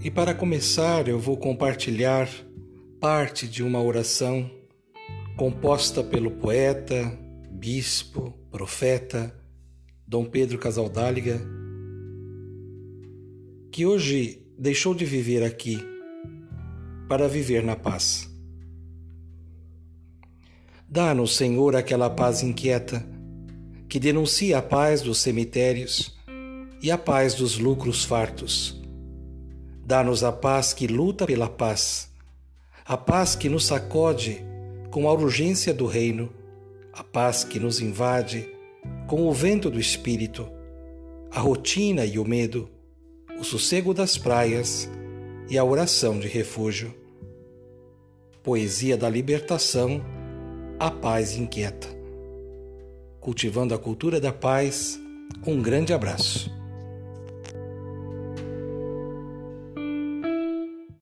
E para começar, eu vou compartilhar parte de uma oração composta pelo poeta, bispo, profeta Dom Pedro Casaldáliga, que hoje deixou de viver aqui para viver na paz. Dá-nos, Senhor, aquela paz inquieta que denuncia a paz dos cemitérios e a paz dos lucros fartos. Dá-nos a paz que luta pela paz, a paz que nos sacode com a urgência do reino, a paz que nos invade com o vento do espírito, a rotina e o medo, o sossego das praias e a oração de refúgio. Poesia da libertação, a paz inquieta. Cultivando a cultura da paz, um grande abraço.